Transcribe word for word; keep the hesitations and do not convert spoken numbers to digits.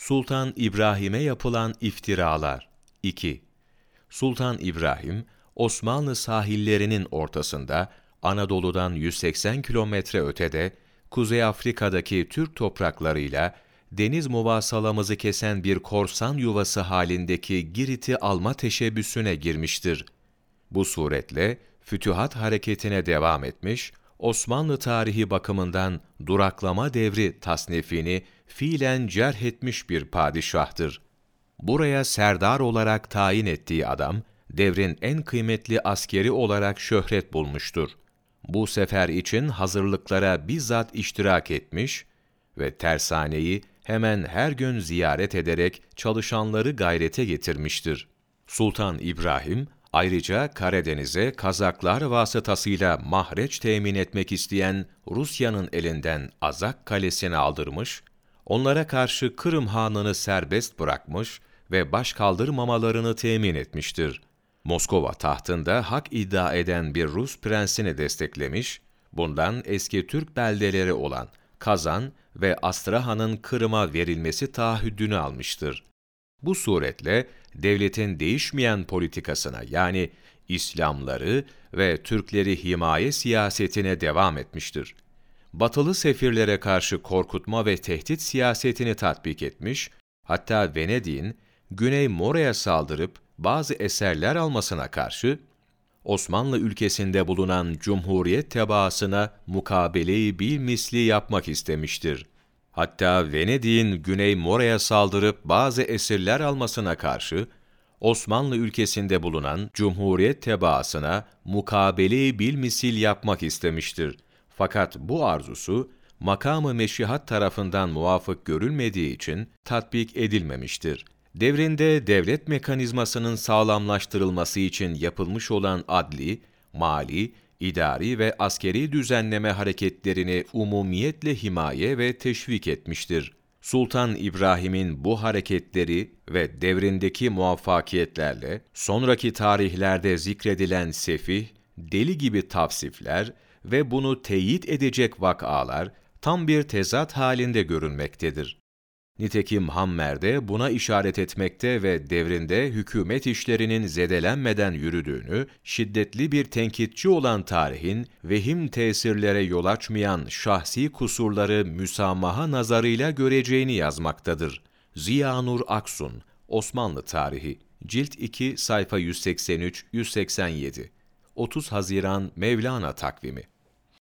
Sultan İbrahim'e yapılan iftiralar. iki. Sultan İbrahim, Osmanlı sahillerinin ortasında, Anadolu'dan yüz seksen kilometre ötede, Kuzey Afrika'daki Türk topraklarıyla, deniz muvasalamızı kesen bir korsan yuvası halindeki Girit'i alma teşebbüsüne girmiştir. Bu suretle, Fütühat hareketine devam etmiş, Osmanlı tarihi bakımından duraklama devri tasnifini fiilen cerh etmiş bir padişahtır. Buraya serdar olarak tayin ettiği adam, devrin en kıymetli askeri olarak şöhret bulmuştur. Bu sefer için hazırlıklara bizzat iştirak etmiş ve tersaneyi hemen her gün ziyaret ederek çalışanları gayrete getirmiştir. Sultan İbrahim, ayrıca Karadeniz'e Kazaklar vasıtasıyla mahreç temin etmek isteyen Rusya'nın elinden Azak Kalesi'ni aldırmış, onlara karşı Kırım Hanı'nı serbest bırakmış ve baş kaldırmamalarını temin etmiştir. Moskova tahtında hak iddia eden bir Rus prensini desteklemiş, bundan eski Türk beldeleri olan Kazan ve Astrahan'ın Kırım'a verilmesi taahhüdünü almıştır. Bu suretle devletin değişmeyen politikasına yani İslamları ve Türkleri himaye siyasetine devam etmiştir. Batılı sefirlere karşı korkutma ve tehdit siyasetini tatbik etmiş, hatta Venedik'in Güney Mora'ya saldırıp bazı eserler almasına karşı, Osmanlı ülkesinde bulunan Cumhuriyet tebaasına mukabele-i bilmisli yapmak istemiştir. Hatta Venedik'in Güney Mora'ya saldırıp bazı esirler almasına karşı, Osmanlı ülkesinde bulunan Cumhuriyet tebaasına mukabele-i bilmisil yapmak istemiştir. Fakat bu arzusu, makam-ı meşihat tarafından muvafık görülmediği için tatbik edilmemiştir. Devrinde devlet mekanizmasının sağlamlaştırılması için yapılmış olan adli, mali, idari ve askeri düzenleme hareketlerini umumiyetle himaye ve teşvik etmiştir. Sultan İbrahim'in bu hareketleri ve devrindeki muvaffakiyetlerle sonraki tarihlerde zikredilen sefih, deli gibi tavsifler ve bunu teyit edecek vak'alar tam bir tezat halinde görünmektedir. Nitekim Hammer'de buna işaret etmekte ve devrinde hükümet işlerinin zedelenmeden yürüdüğünü, şiddetli bir tenkitçi olan tarihin vehim tesirlere yol açmayan şahsi kusurları müsamaha nazarıyla göreceğini yazmaktadır. Ziyanur Aksun, Osmanlı Tarihi, Cilt iki, sayfa yüz seksen üç yüz seksen yedi, otuz Haziran Mevlana takvimi.